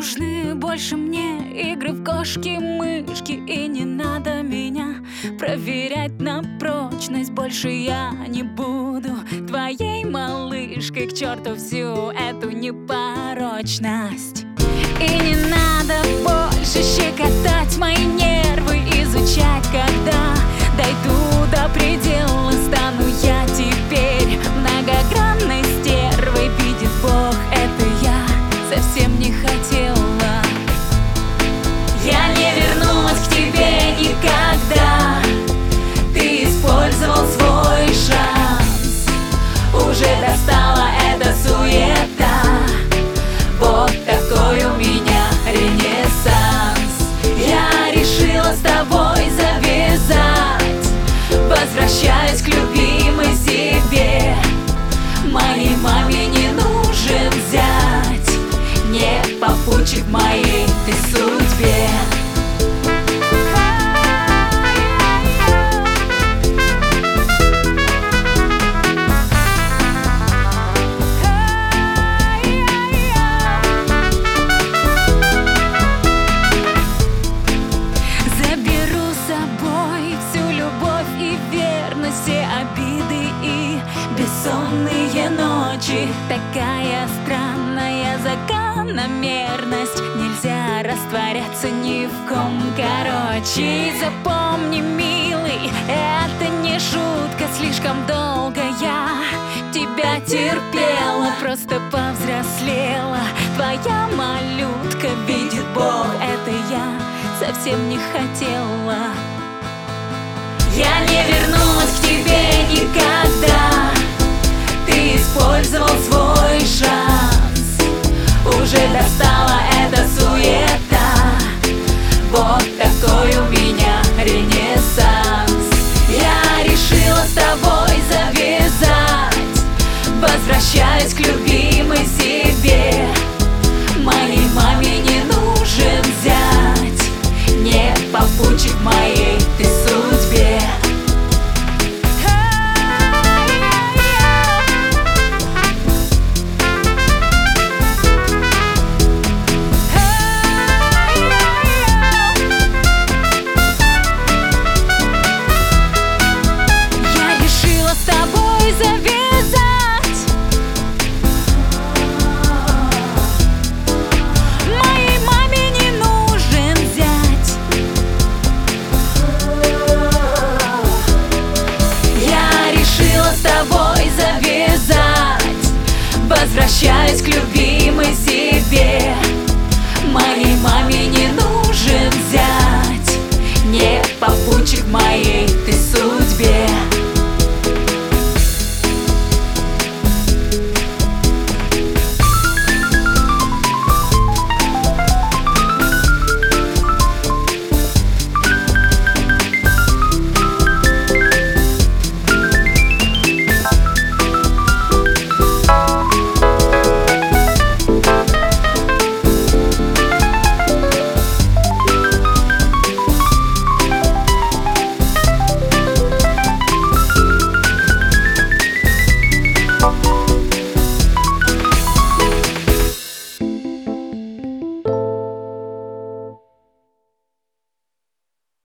нужны больше мне игры в кошки-мышки. И не надо меня проверять на прочность. Больше я не буду твоей малышкой. К черту всю эту непорочность. И не надо больше щекотать мои нервы, изучать, когда дойду до предела. Стану я теперь многогранной стервой. Видит Бог, это я совсем не хотела. Я не вернусь к тебе никогда. Ты использовал свой шанс. Уже достала эта суета. Вот такой у меня ренессанс. Я решила с тобой завязать. Возвращаюсь к любимой себе. Моей маме не нужен зять. Не попутчик моей ты судьбе. Все обиды и бессонные ночи. Такая странная закономерность. Нельзя растворяться ни в ком, короче. Запомни, милый, это не шутка. Слишком долго я тебя терпела. Просто повзрослела твоя малютка. Видит Бог, это я совсем не хотела. Я не вернусь к тебе никогда. Ты использовал свой шанс. Уже достала эта суета. Вот такой у меня ренессанс. Я решила с тобой завязать. Возвращаюсь к любимой себе. Моей маме не нужен зять. Не попутчик моей ты судьбе. Возвращаюсь к любимой себе. Моей маме